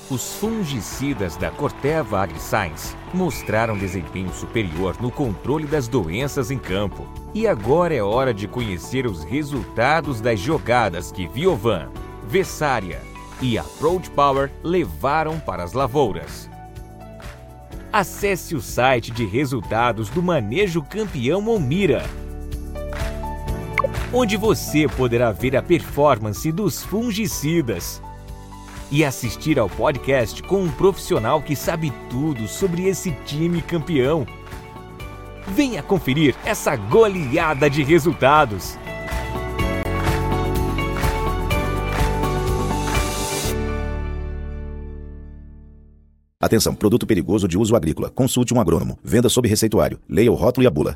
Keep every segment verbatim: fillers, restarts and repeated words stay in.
Os fungicidas da Corteva AgriScience mostraram desempenho superior no controle das doenças em campo. E agora é hora de conhecer os resultados das jogadas que Viovan, Vessária e Approach Power levaram para as lavouras. Acesse o site de resultados do Manejo Campeão Almira, onde você poderá ver a performance dos fungicidas e assistir ao podcast com um profissional que sabe tudo sobre esse time campeão. Venha conferir essa goleada de resultados. Atenção, produto perigoso de uso agrícola. Consulte um agrônomo. Venda sob receituário. Leia o rótulo e a bula.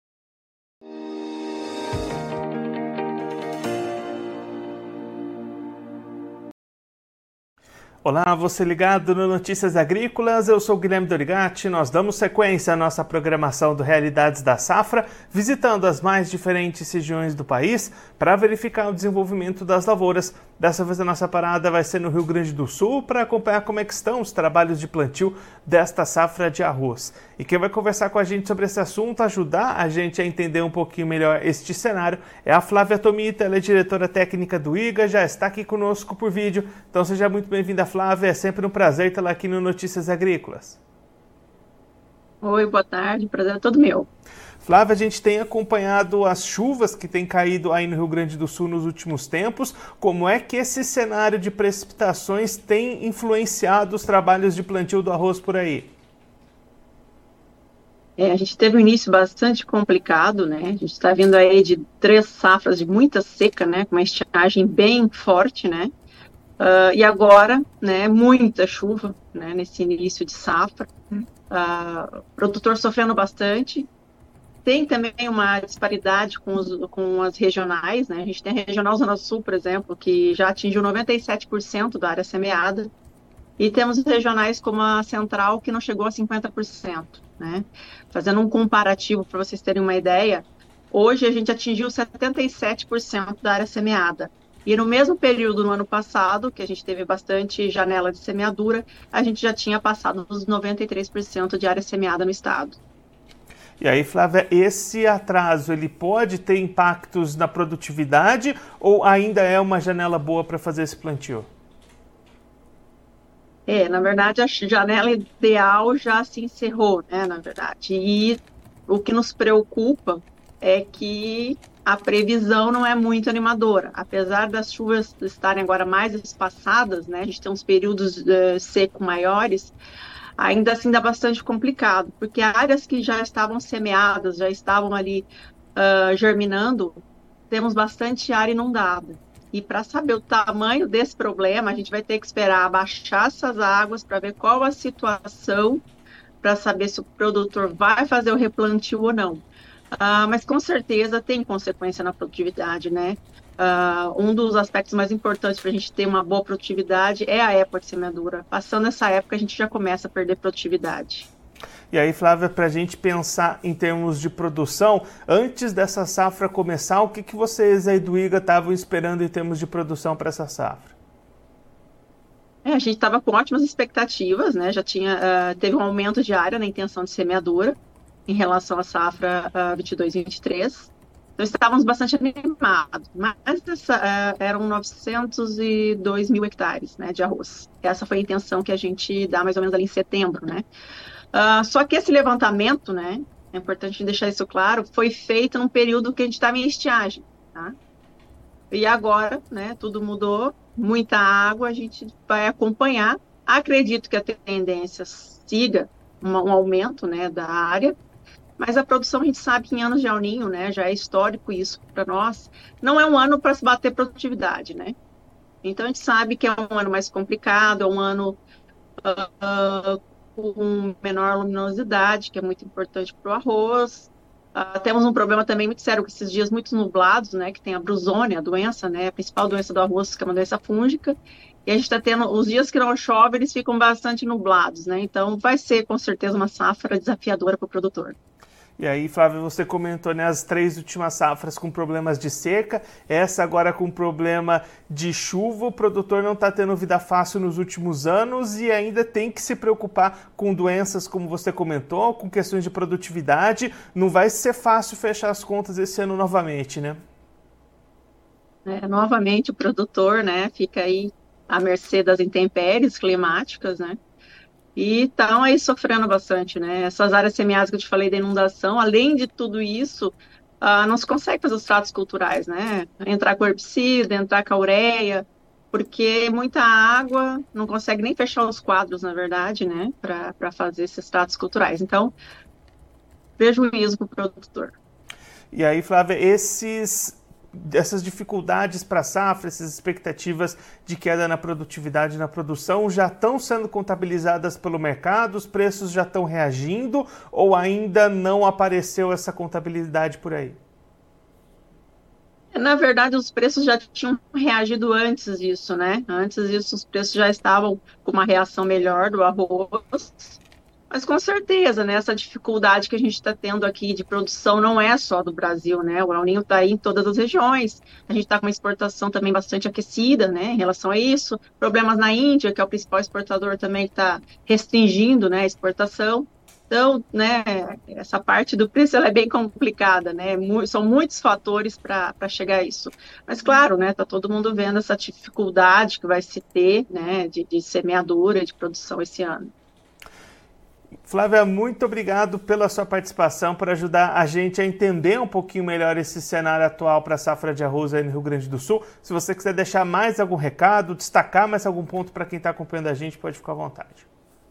Olá, você ligado no Notícias Agrícolas, eu sou Guilherme Dorigatti. Nós damos sequência à nossa programação do Realidades da Safra, visitando as mais diferentes regiões do país para verificar o desenvolvimento das lavouras. Dessa vez a nossa parada vai ser no Rio Grande do Sul para acompanhar como é que estão os trabalhos de plantio desta safra de arroz. E quem vai conversar com a gente sobre esse assunto, ajudar a gente a entender um pouquinho melhor este cenário, é a Flávia Tomita. Ela é diretora técnica do I G A, já está aqui conosco por vídeo. Então seja muito bem-vinda, Flávia. É sempre um prazer tê-la aqui no Notícias Agrícolas. Oi, boa tarde. Prazer é todo meu. Flávia, a gente tem acompanhado as chuvas que têm caído aí no Rio Grande do Sul nos últimos tempos. Como é que esse cenário de precipitações tem influenciado os trabalhos de plantio do arroz por aí? É, a gente teve um início bastante complicado, né? A gente está vindo aí de três safras de muita seca, né? Com uma estiagem bem forte, né? Uh, e agora, né, muita chuva, né, nesse início de safra. Uh, o produtor sofrendo bastante. Tem também uma disparidade com, os, com as regionais, né? A gente tem a Regional Zona Sul, por exemplo, que já atingiu noventa e sete por cento da área semeada. E temos regionais como a Central, que não chegou a cinquenta por cento, né? Fazendo um comparativo, para vocês terem uma ideia, hoje a gente atingiu setenta e sete por cento da área semeada. E no mesmo período no ano passado, que a gente teve bastante janela de semeadura, a gente já tinha passado dos noventa e três por cento de área semeada no estado. E aí, Flávia, esse atraso, ele pode ter impactos na produtividade ou ainda é uma janela boa para fazer esse plantio? É, na verdade, a janela ideal já se encerrou, né, na verdade. E o que nos preocupa é que a previsão não é muito animadora. Apesar das chuvas estarem agora mais espaçadas, né, a gente tem uns períodos uh, seco maiores, ainda assim dá bastante complicado, porque áreas que já estavam semeadas, já estavam ali uh, germinando, temos bastante área inundada. E para saber o tamanho desse problema, a gente vai ter que esperar abaixar essas águas para ver qual a situação, para saber se o produtor vai fazer o replantio ou não. Uh, mas com certeza tem consequência na produtividade, né? Uh, um dos aspectos mais importantes para a gente ter uma boa produtividade é a época de semeadura. Passando essa época, a gente já começa a perder produtividade. E aí, Flávia, para a gente pensar em termos de produção, antes dessa safra começar, o que, que vocês aí do I G A estavam esperando em termos de produção para essa safra? É, a gente estava com ótimas expectativas, né? Já tinha, uh, teve um aumento de área na intenção de semeadura em relação à safra uh, vinte e dois vinte e três. Então, estávamos bastante animados, mas essa, uh, eram novecentos e dois mil hectares, né, de arroz. Essa foi a intenção que a gente dá mais ou menos ali em setembro, né? Uh, só que esse levantamento, né, é importante deixar isso claro, foi feito num período que a gente estava em estiagem, tá? E agora, né, tudo mudou, muita água, a gente vai acompanhar. Acredito que a tendência siga um, um aumento, né, da área, mas a produção a gente sabe que em anos de El Niño, né, já é histórico isso para nós, não é um ano para se bater produtividade, né? Então a gente sabe que é um ano mais complicado, é um ano uh, uh, com menor luminosidade, que é muito importante para o arroz. Uh, temos um problema também muito sério com esses dias muito nublados, né, que tem a brusônia, a doença, né, a principal doença do arroz, que é uma doença fúngica, e a gente está tendo, os dias que não chove, eles ficam bastante nublados, né, então vai ser com certeza uma safra desafiadora para o produtor. E aí, Flávio, você comentou, né, as três últimas safras com problemas de seca, essa agora com problema de chuva. O produtor não está tendo vida fácil nos últimos anos e ainda tem que se preocupar com doenças, como você comentou, com questões de produtividade. Não vai ser fácil fechar as contas esse ano novamente, né? É, novamente o produtor, né, fica aí à mercê das intempéries climáticas, né? E estão aí sofrendo bastante, né? Essas áreas semiáridas que eu te falei da inundação, além de tudo isso, ah, não se consegue fazer os tratos culturais, né? Entrar com herbicida, entrar com a ureia, porque muita água não consegue nem fechar os quadros, na verdade, né? Para fazer esses tratos culturais. Então, prejuízo para o produtor. E aí, Flávia, esses... essas dificuldades para a safra, essas expectativas de queda na produtividade e na produção já estão sendo contabilizadas pelo mercado? Os preços já estão reagindo ou ainda não apareceu essa contabilidade por aí? Na verdade, os preços já tinham reagido antes disso, né? Antes disso, os preços já estavam com uma reação melhor do arroz. Mas com certeza, né, essa dificuldade que a gente está tendo aqui de produção não é só do Brasil, né? O El Niño está aí em todas as regiões. A gente está com uma exportação também bastante aquecida, né, em relação a isso. Problemas na Índia, que é o principal exportador também, está restringindo, né, a exportação. Então, né, essa parte do preço ela é bem complicada, né? São muitos fatores para chegar a isso. Mas, claro, né, está todo mundo vendo essa dificuldade que vai se ter, né, de, de semeadura, de produção esse ano. Flávia, muito obrigado pela sua participação, por ajudar a gente a entender um pouquinho melhor esse cenário atual para a safra de arroz aí no Rio Grande do Sul. Se você quiser deixar mais algum recado, destacar mais algum ponto para quem está acompanhando a gente, pode ficar à vontade.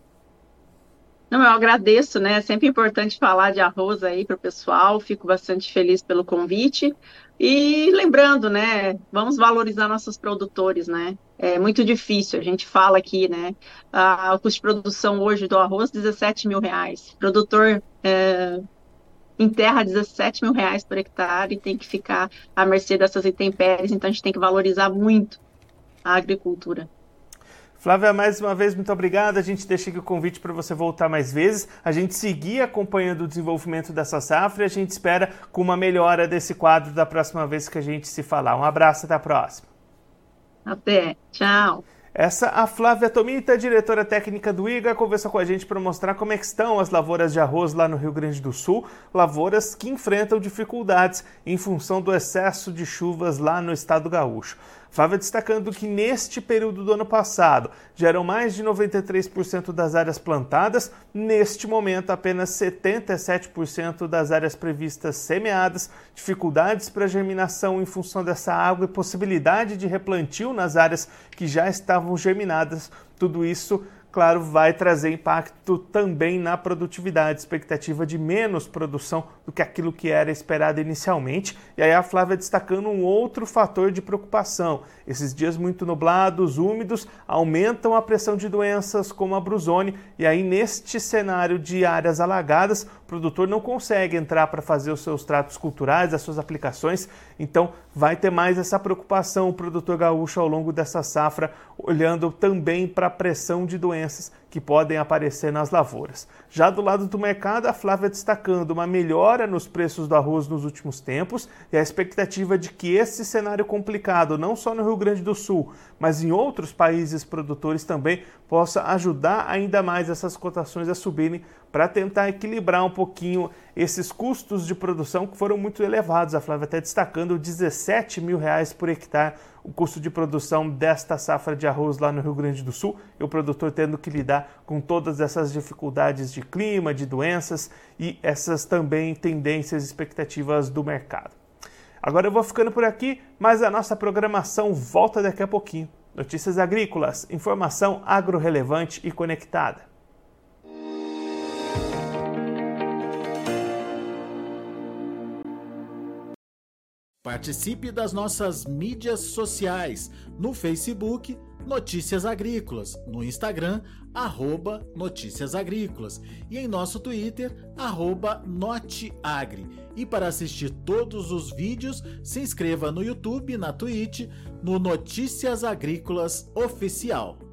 Não, eu agradeço, né? É sempre importante falar de arroz aí para o pessoal, fico bastante feliz pelo convite. E lembrando, né, vamos valorizar nossos produtores, né? É muito difícil, a gente fala aqui, né? Ah, o custo de produção hoje do arroz, dezessete mil reais. O produtor é, enterra dezessete mil reais por hectare e tem que ficar à mercê dessas intempéries, então a gente tem que valorizar muito a agricultura. Flávia, mais uma vez, muito obrigado. A gente deixa aqui o convite para você voltar mais vezes. A gente seguir acompanhando o desenvolvimento dessa safra e a gente espera com uma melhora desse quadro da próxima vez que a gente se falar. Um abraço, até a próxima. Até, tchau. Essa a Flávia Tomita, diretora técnica do I G A, conversou com a gente para mostrar como é que estão as lavouras de arroz lá no Rio Grande do Sul, lavouras que enfrentam dificuldades em função do excesso de chuvas lá no estado gaúcho. Flávia destacando que neste período do ano passado já eram mais de noventa e três por cento das áreas plantadas, neste momento apenas setenta e sete por cento das áreas previstas semeadas, dificuldades para germinação em função dessa água e possibilidade de replantio nas áreas que já estavam germinadas, tudo isso, claro, vai trazer impacto também na produtividade, expectativa de menos produção do que aquilo que era esperado inicialmente. E aí a Flávia destacando um outro fator de preocupação. Esses dias muito nublados, úmidos, aumentam a pressão de doenças como a brusone, e aí neste cenário de áreas alagadas, o produtor não consegue entrar para fazer os seus tratos culturais, as suas aplicações, então vai ter mais essa preocupação o produtor gaúcho ao longo dessa safra, olhando também para a pressão de doenças que podem aparecer nas lavouras. Já do lado do mercado, a Flávia destacando uma melhora nos preços do arroz nos últimos tempos e a expectativa de que esse cenário complicado, não só no Rio Grande do Sul, mas em outros países produtores também, possa ajudar ainda mais essas cotações a subirem para tentar equilibrar um pouquinho esses custos de produção que foram muito elevados. A Flávia até destacando dezessete mil reais por hectare o custo de produção desta safra de arroz lá no Rio Grande do Sul, e o produtor tendo que lidar com todas essas dificuldades de clima, de doenças e essas também tendências e expectativas do mercado. Agora eu vou ficando por aqui, mas a nossa programação volta daqui a pouquinho. Notícias agrícolas, informação agro-relevante e conectada. Participe das nossas mídias sociais, no Facebook, Notícias Agrícolas, no Instagram, arroba Notícias Agrícolas e em nosso Twitter, arroba Noteagri. E para assistir todos os vídeos, se inscreva no YouTube, na Twitch, no Notícias Agrícolas Oficial.